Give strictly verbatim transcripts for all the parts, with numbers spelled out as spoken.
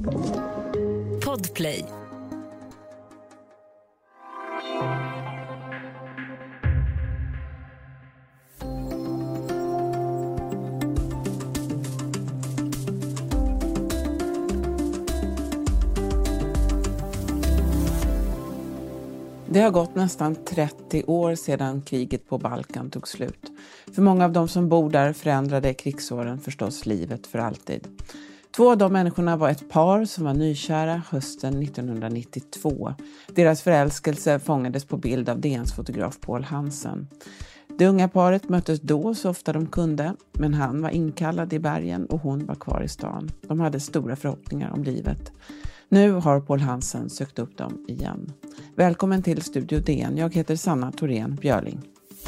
Podplay. Det har gått nästan trettio år sedan kriget på Balkan tog slut. För många av de som bor där förändrade krigsåren förstås livet för alltid. Två av de människorna var ett par som var nykära hösten nittonhundranittiotvå. Deras förälskelse fångades på bild av D N:s fotograf Paul Hansen. Det unga paret möttes då så ofta de kunde, men han var inkallad i bergen och hon var kvar i stan. De hade stora förhoppningar om livet. Nu har Paul Hansen sökt upp dem igen. Välkommen till Studio D N. Jag heter Sanna Thorén Björling.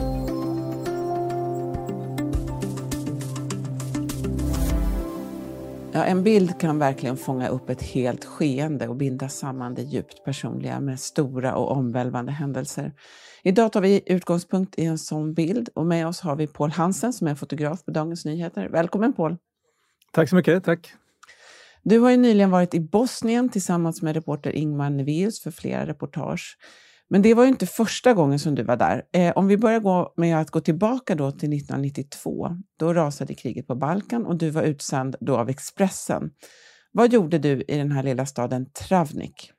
Ja, en bild kan verkligen fånga upp ett helt skeende och binda samman det djupt personliga med stora och omvälvande händelser. Idag tar vi utgångspunkt i en sån bild och med oss har vi Paul Hansen som är fotograf på Dagens Nyheter. Välkommen Paul. Tack så mycket, tack. Du har ju nyligen varit i Bosnien tillsammans med reporter Ingmar Nevius för flera reportage. Men det var ju inte första gången som du var där. Eh, om vi börjar gå med att gå tillbaka då till nittonhundranittiotvå. Då rasade kriget på Balkan och du var utsänd då av Expressen. Vad gjorde du i den här lilla staden Travnik?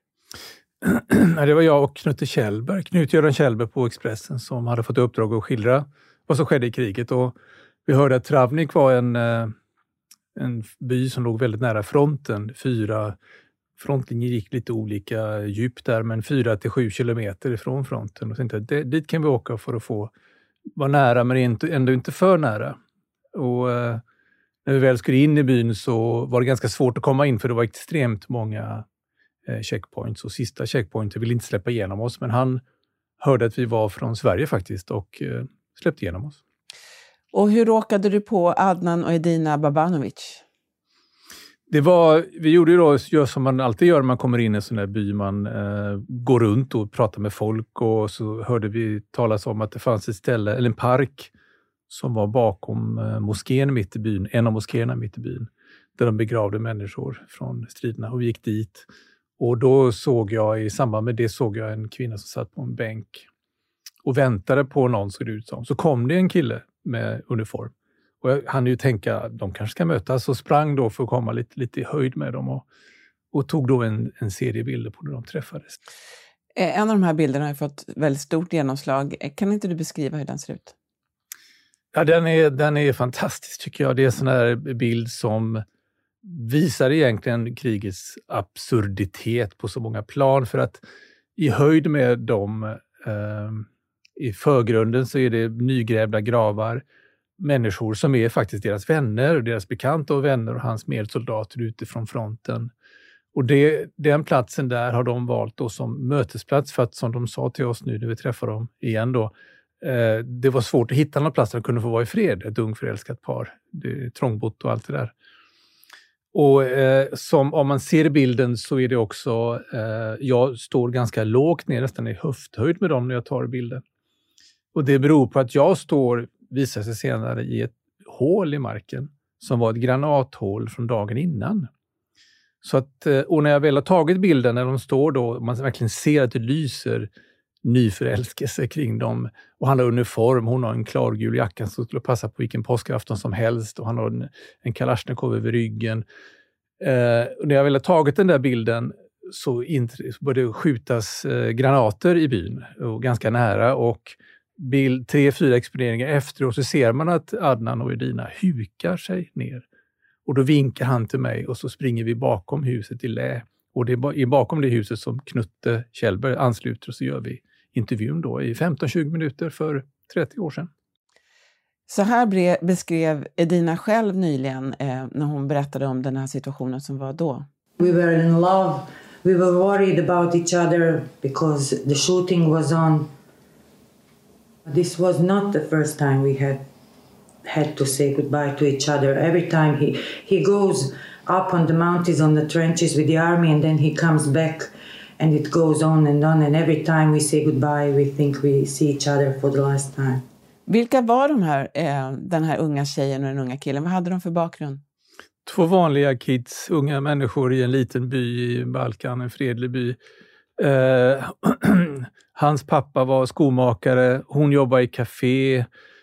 Det var jag och Knut Kjellberg, Knut-Göran Kjellberg på Expressen som hade fått uppdrag att skildra vad som skedde i kriget. Och vi hörde att Travnik var en... Eh, En by som låg väldigt nära fronten. Fyra frontlinjer gick lite olika djup där, men fyra till sju kilometer ifrån fronten. Och tänkte att det, dit kan vi åka för att få vara nära, men inte, ändå inte för nära. Och eh, när vi väl skulle in i byn så var det ganska svårt att komma in, för det var extremt många eh, checkpoints. Och sista checkpointen ville inte släppa igenom oss, men han hörde att vi var från Sverige faktiskt och eh, släppte igenom oss. Och hur råkade du på Adnan och Edina Babanovic? Det var, vi gjorde ju då gör som man alltid gör när man kommer in i en sån här by. Man eh, går runt och pratar med folk, och så hörde vi talas om att det fanns ett ställe, eller en park som var bakom eh, moskén mitt i byn, en av moskéerna mitt i byn, där de begravde människor från striderna, och vi gick dit. Och då såg jag, i samband med det såg jag en kvinna som satt på en bänk och väntade på någon, såg det ut som. Så kom det en kille med uniform. Och jag hann ju tänka att de kanske ska mötas, och sprang då för att komma lite, lite i höjd med dem och, och tog då en, en serie bilder på när de träffades. En av de här bilderna har fått väldigt stort genomslag. Kan inte du beskriva hur den ser ut? Ja, den är, den är fantastisk tycker jag. Det är en sån här bild som visar egentligen krigets absurditet på så många plan. För att i höjd med dem... Eh, I förgrunden så är det nygrävda gravar, människor som är faktiskt deras vänner och deras bekanta och vänner och hans medsoldater utifrån fronten. Och det, den platsen där har de valt då som mötesplats, för att som de sa till oss nu när vi träffar dem igen då, eh, det var svårt att hitta någon plats där de kunde få vara i fred, ett ung förälskat par, det är trångbott och allt det där. Och eh, som om man ser bilden så är det också, eh, jag står ganska lågt ner, nästan i höfthöjd med dem när jag tar bilden. Och det beror på att jag står, visar sig senare, i ett hål i marken som var ett granathål från dagen innan. Så att, och när jag väl har tagit bilden, när de står då, man verkligen ser att det lyser nyförälskelse kring dem. Och han har uniform, hon har en klargul jacka som skulle passa på vilken påskafton som helst. Och han har en, en kalasjnikov över ryggen. Eh, och när jag väl har tagit den där bilden så, int- så började det skjutas eh, granater i byn. Och ganska nära, och bild, tre, fyra exponeringar efter, och så ser man att Adnan och Edina hukar sig ner. Och då vinkar han till mig, och så springer vi bakom huset i lä. Och det är bakom det huset som Knutte Kjellberg ansluter, och så gör vi intervjun då i femton tjugo minuter för trettio år sedan. Så här bre- beskrev Edina själv nyligen eh, när hon berättade om den här situationen som var då. We were in love. We were worried about each other because the shooting was on. This was not the first time we had had to say goodbye to each other. Every time he, he goes up on the mountains, on the trenches with the army, and then he comes back, and it goes on and on. And every time we say goodbye, we think we see each other for the last time. Vilka var de här, eh, den här unga tjejen och den unga killen? Vad hade de för bakgrund? Två vanliga kids, unga människor i en liten by i Balkan, en fredlig by. Eh, hans pappa var skomakare, hon jobbade i café.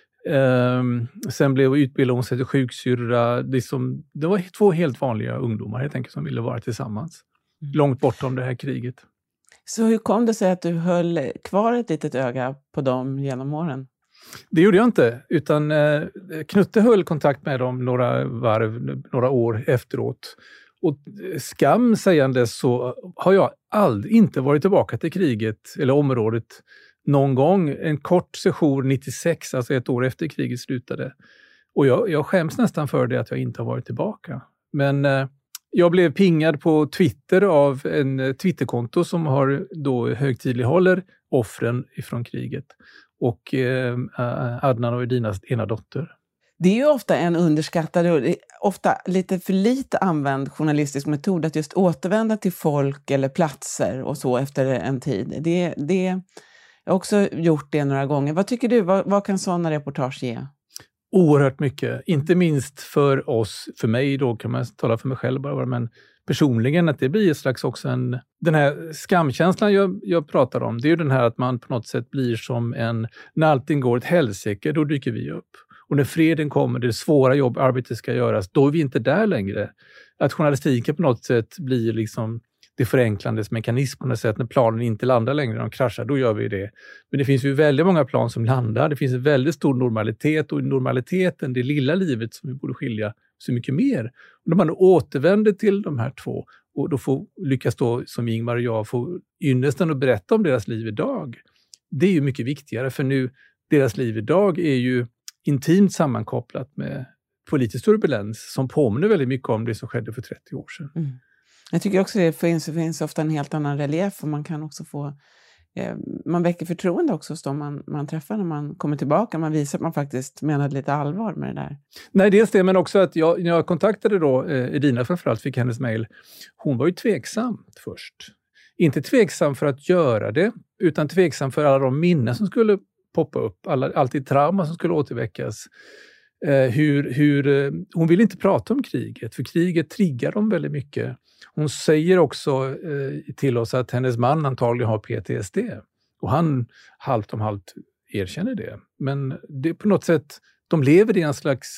Eh, sen blev utbildad hon sig till sjuksyrra. Det, som, det var två helt vanliga ungdomar helt enkelt som ville vara tillsammans. Mm. Långt bortom det här kriget. Så hur kom det sig att du höll kvar ett litet öga på dem genom åren? Det gjorde jag inte, utan eh, Knutte höll kontakt med dem några varv, några år efteråt. Och skam sägande så har jag aldrig inte varit tillbaka till kriget eller området någon gång. En kort session nittiosex, alltså ett år efter kriget slutade. Och jag, jag skäms nästan för det att jag inte har varit tillbaka. Men eh, jag blev pingad på Twitter av en Twitterkonto som har då högtidlighåller offren ifrån kriget. Och eh, Adnan och Edinas ena dotter. Det är ju ofta en underskattad och ofta lite för lite använd journalistisk metod att just återvända till folk eller platser och så efter en tid. Det, det, jag har också gjort det några gånger. Vad tycker du? Vad, vad kan sådana reportage ge? Oerhört mycket. Inte minst för oss, för mig då kan man tala för mig själv bara, men personligen att det blir ett slags också en... Den här skamkänslan jag, jag pratar om, det är ju den här att man på något sätt blir som en... När allting går ett helsike, då dyker vi upp. Och när freden kommer, det svåra jobb, arbetet ska göras, då är vi inte där längre. Att journalistiken på något sätt blir liksom det förenklandes mekanism på något sätt. När planen inte landar längre, de kraschar, då gör vi det. Men det finns ju väldigt många plan som landar. Det finns en väldigt stor normalitet och i normaliteten, det lilla livet som vi borde skilja så mycket mer. Och när man återvänder till de här två och då får lyckas då som Ingmar och jag få ynnesten att berätta om deras liv idag. Det är ju mycket viktigare för nu, deras liv idag är ju intimt sammankopplat med politisk turbulens som påminner väldigt mycket om det som skedde för trettio år sedan. Mm. Jag tycker också det finns, det finns ofta en helt annan relief och man kan också få, eh, man väcker förtroende också hos dem man, man träffar när man kommer tillbaka. Man visar att man faktiskt menade lite allvar med det där. Nej, dels det, men också att jag, när jag kontaktade då eh, Edina framförallt, fick hennes mejl. Hon var ju tveksam först. Inte tveksam för att göra det, utan tveksam för alla de minnen som skulle poppa upp, alla, alltid trauma som skulle återväckas. Eh, hur, hur, eh, hon vill inte prata om kriget, för kriget triggar dem väldigt mycket. Hon säger också eh, till oss att hennes man antagligen har P T S D. Och han halvt om halvt erkänner det. Men det är på något sätt, de lever i en slags,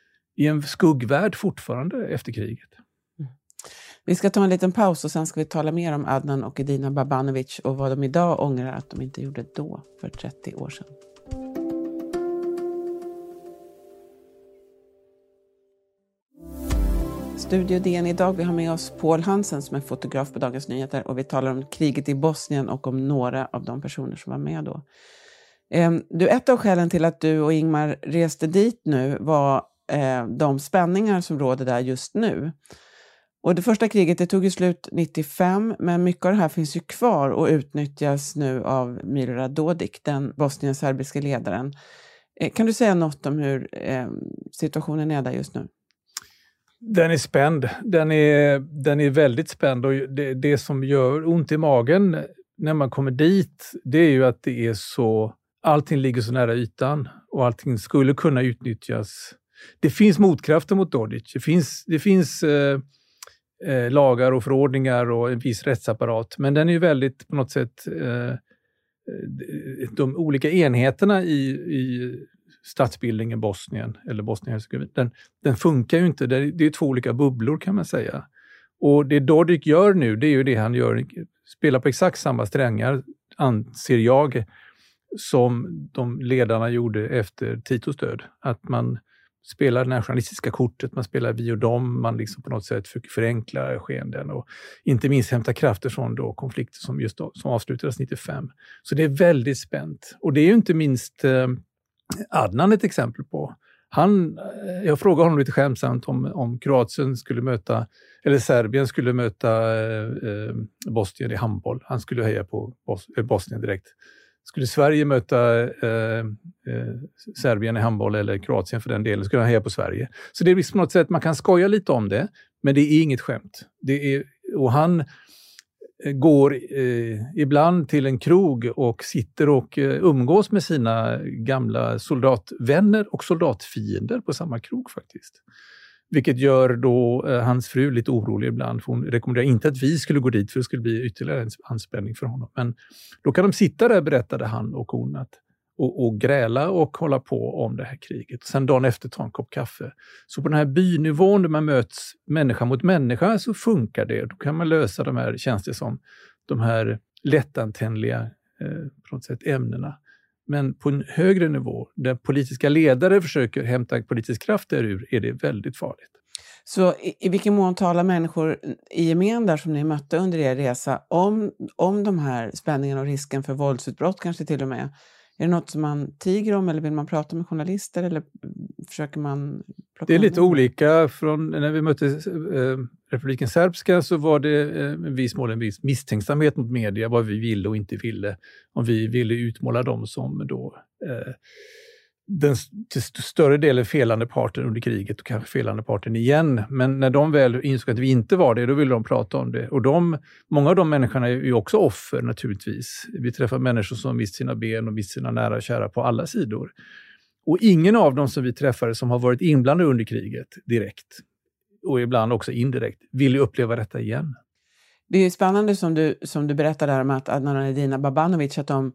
i en skuggvärld fortfarande efter kriget. Mm. Vi ska ta en liten paus och sen ska vi tala mer om Adnan och Edina Babanovic och vad de idag ångrar att de inte gjorde då för trettio år sedan. Studio D N idag, vi har med oss Paul Hansen som är fotograf på Dagens Nyheter och vi talar om kriget i Bosnien och om några av de personer som var med då. Du, ett av skälen till att du och Ingmar reste dit nu var de spänningar som råder där just nu. Och det första kriget det tog ju slut nittiofem, men mycket av det här finns ju kvar och utnyttjas nu av Milorad Dodik, den bosnienserbiska ledaren. Kan du säga något om hur situationen är där just nu? Den är spänd. Den är, den är väldigt spänd och det, det som gör ont i magen när man kommer dit, det är ju att det är så, allting ligger så nära ytan och allting skulle kunna utnyttjas. Det finns motkrafter mot Dodik. Det finns, det finns eh, eh, lagar och förordningar och en viss rättsapparat, men den är ju väldigt på något sätt eh, de olika enheterna i, i statsbildningen Bosnien eller Bosnien-Hercegovina, den, den funkar ju inte. Det, det är två olika bubblor kan man säga. Och det Dodik gör nu, det är ju det han gör, spelar på exakt samma strängar, anser jag, som de ledarna gjorde efter Titos död. Att man spelar det nationalistiska kortet, man spelar vi och dem, man liksom på något sätt försöker förenkla skeenden och inte minst hämta krafter från då konflikter som just då, som avslutades nittiofem. Så det är väldigt spänt. Och det är ju inte minst eh, Adnan ett exempel på. Han, jag frågade honom lite skämsamt om, om Kroatien skulle möta, eller Serbien skulle möta eh, Bosnien i handboll. Han skulle heja på Bos- Bosnien direkt. Skulle Sverige möta eh, eh, Serbien i handboll eller Kroatien för den delen, skulle han heja på Sverige. Så det är liksom på något sätt, man kan skoja lite om det, men det är inget skämt. Det är, och han går eh, ibland till en krog och sitter och eh, umgås med sina gamla soldatvänner och soldatfiender på samma krog faktiskt. Vilket gör då eh, hans fru lite orolig ibland. För hon rekommenderar inte att vi skulle gå dit för det skulle bli ytterligare en anspänning för honom. Men då kan de sitta där, berättade han och hon, att, och, och gräla och hålla på om det här kriget. Sen dagen efter ta en kopp kaffe. Så på den här bynivån där man möts människa mot människa så funkar det. Då kan man lösa de här, känns det som, de här lättantändliga eh, på något sätt ämnena. Men på en högre nivå, där politiska ledare försöker hämta politisk kraft därur, är det väldigt farligt. Så i, i vilken mån talar människor i gemen där som ni mötte under er resa om, om de här spänningarna och risken för våldsutbrott kanske till och med? Är det något som man tiger om eller vill man prata med journalister eller försöker man plocka? Det är lite olika. Från när vi mötte eh, Republiken Serbska så var det eh, en viss mål en viss misstänksamhet mot media, vad vi ville och inte ville. Om vi ville utmåla dem som då eh, den till större delen felande parten under kriget och kanske felande parten igen. Men när de väl insåg att vi inte var det, då ville de prata om det. Och de, många av de människorna är ju också offer naturligtvis. Vi träffar människor som mist sina ben och mist sina nära och kära på alla sidor. Och ingen av dem som vi träffade som har varit inblandade under kriget direkt och ibland också indirekt vill ju uppleva detta igen. Det är ju spännande som du, som du berättade här om att Adnan och Edina Babanovic, att de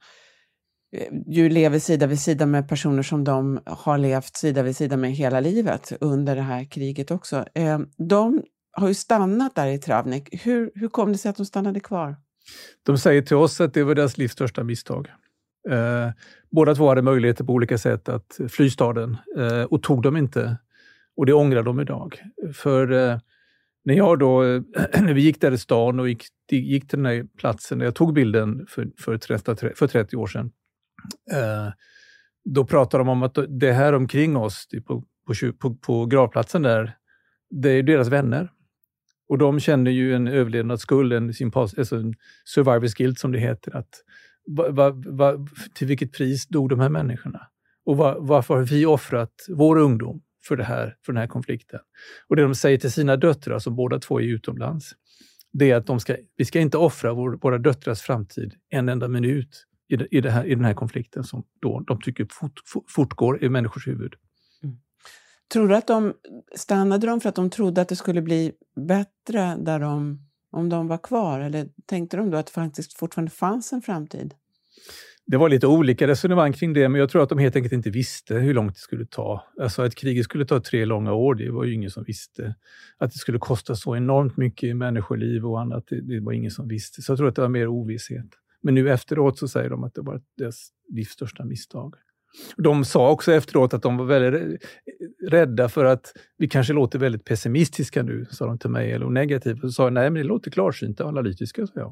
ju lever sida vid sida med personer som de har levt sida vid sida med hela livet under det här kriget också. De har ju stannat där i Travnik. Hur, hur kom det sig att de stannade kvar? De säger till oss att det var deras livs största misstag. Eh, båda två hade möjligheter på olika sätt att fly staden eh, och tog dem inte. Och det ångrar de idag. För eh, när jag då, när vi gick där i stan och gick, gick till den här platsen, när jag tog bilden för, för, trettio, för trettio år sedan, eh, då pratade de om att det här omkring oss på, på, på, på gravplatsen där, det är deras vänner. Och de kände ju en överlevnadsskuld, en, alltså en survivor's guilt som det heter, att Va, va, va, till vilket pris dog de här människorna? Och va, varför har vi offrat vår ungdom för, det här, för den här konflikten? Och det de säger till sina döttrar, som båda två är utomlands, det är att de ska, vi ska inte offra vår, våra döttrars framtid en enda minut i, det, i, det här, i den här konflikten som då de tycker fort, fortgår i människors huvud. Mm. Tror du att de stannade de för att de trodde att det skulle bli bättre där de, om de var kvar? Eller tänkte de då att det faktiskt fortfarande fanns en framtid? Det var lite olika resonemang kring det, men jag tror att de helt enkelt inte visste hur långt det skulle ta. Alltså att kriget skulle ta tre långa år, det var ju ingen som visste. Att det skulle kosta så enormt mycket i människoliv och annat, det, det var ingen som visste. Så jag tror att det var mer ovisshet. Men nu efteråt så säger de att det var deras livs största misstag. De sa också efteråt att de var väldigt rädda för att vi kanske låter väldigt pessimistiska nu, sa de till mig, eller negativt. Och så sa jag, nej men det låter klarsynt och analytiska, sa jag.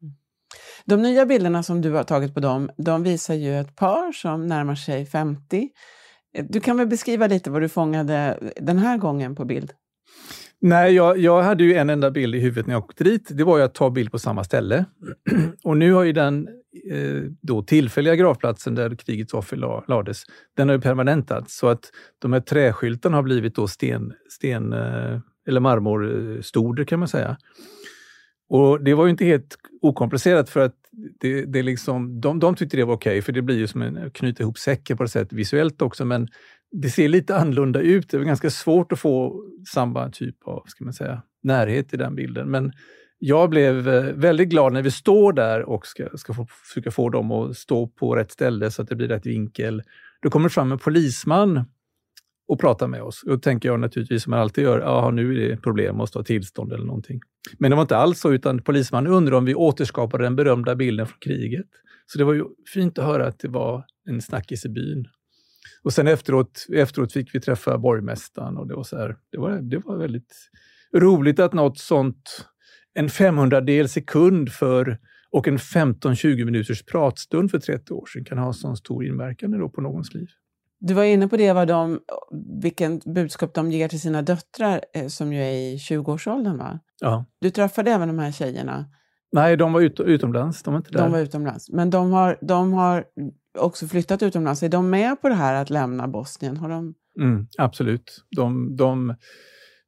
De nya bilderna som du har tagit på dem, de visar ju ett par som närmar sig femtio. Du kan väl beskriva lite vad du fångade den här gången på bild? Nej, jag, jag hade ju en enda bild i huvudet när jag åkte dit. Det var ju att ta bild på samma ställe. Och nu har ju den eh, då tillfälliga gravplatsen där krigets offer la, lades, den har ju permanentats. Så att de här träskyltarna har blivit då sten, sten eh, eller marmorstoder kan man säga. Och det var ju inte helt okomplicerat för att det, det liksom, de, de tyckte det var okej, för det blir ju som en knyta ihop säcken på ett sätt visuellt också, men det ser lite annorlunda ut. Det är ganska svårt att få samma typ av, ska man säga, närhet i den bilden. Men jag blev väldigt glad när vi står där och ska, ska få, försöka få dem att stå på rätt ställe så att det blir rätt vinkel. Då kommer fram en polisman och pratar med oss. Och då tänker jag naturligtvis, som man alltid gör, ja nu är det problem, måste ha tillstånd eller någonting. Men det var inte alls så, utan polisman undrar om vi återskapade den berömda bilden från kriget. Så det var ju fint att höra att det var en snackis i byn. Och sen efteråt, efteråt fick vi träffa borgmästaren och det var så här, det var, det var väldigt roligt att något sånt, en femhundradel sekund för och en femton till tjugo minuters pratstund för trettio år sedan kan ha sån stor inverkan då på någons liv. Du var inne på det, vad de, vilken budskap de ger till sina döttrar som ju är i tjugoårsåldern, va? Ja. Du träffade även de här tjejerna? Nej, de var ut, utomlands, de var inte där. De var utomlands, men de har, de har också flyttat utomlands. Är de med på det här att lämna Bosnien? Har de... Mm, absolut. De, de,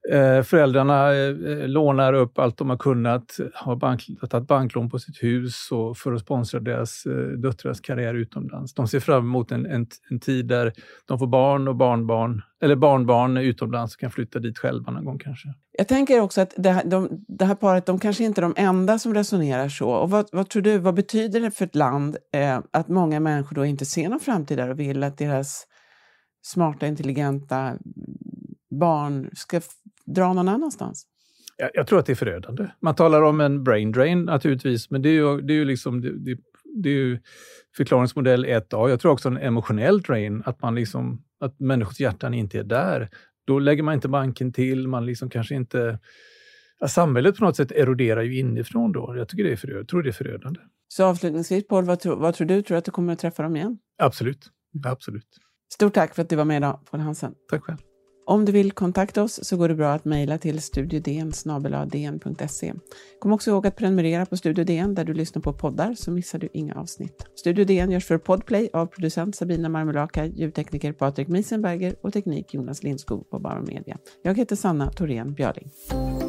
Eh, föräldrarna eh, lånar upp allt de har kunnat, har bank, tagit banklån på sitt hus och för att sponsra deras eh, döttrars karriär utomlands. De ser fram emot en, en, en tid där de får barn och barnbarn, eller barnbarn utomlands och kan flytta dit själva någon gång kanske. Jag tänker också att det här, de, det här paret, de kanske inte är de enda som resonerar så. Och vad, vad tror du, vad betyder det för ett land eh, att många människor då inte ser någon framtid där och vill att deras smarta, intelligenta barn ska f- dra någon annanstans? Jag, jag tror att det är förödande. Man talar om en brain drain naturligtvis, men det är ju, det är ju liksom det, det, det är ju förklaringsmodell ett A. Jag tror också en emotionell drain, att man liksom, att människors hjärtan inte är där. Då lägger man inte banken till, man liksom kanske inte... Ja, samhället på något sätt eroderar ju inifrån då. Jag tycker det är förödande. Jag tror det är förödande. Så avslutningsvis, Paul, vad, tro, vad tror du? Tror du att du kommer att träffa dem igen? Absolut. Absolut. Stort tack för att du var med idag, Paul Hansen. Tack själv. Om du vill kontakta oss så går det bra att mejla till studiodn snabel-a d n punkt se. Kom också ihåg att prenumerera på Studio D N där du lyssnar på poddar, så missar du inga avsnitt. Studio D N görs för Podplay av producent Sabina Marmulaka, ljudtekniker Patrik Miesenberger och teknik Jonas Lindskog på Bauer Media. Jag heter Sanna Thorén Björling.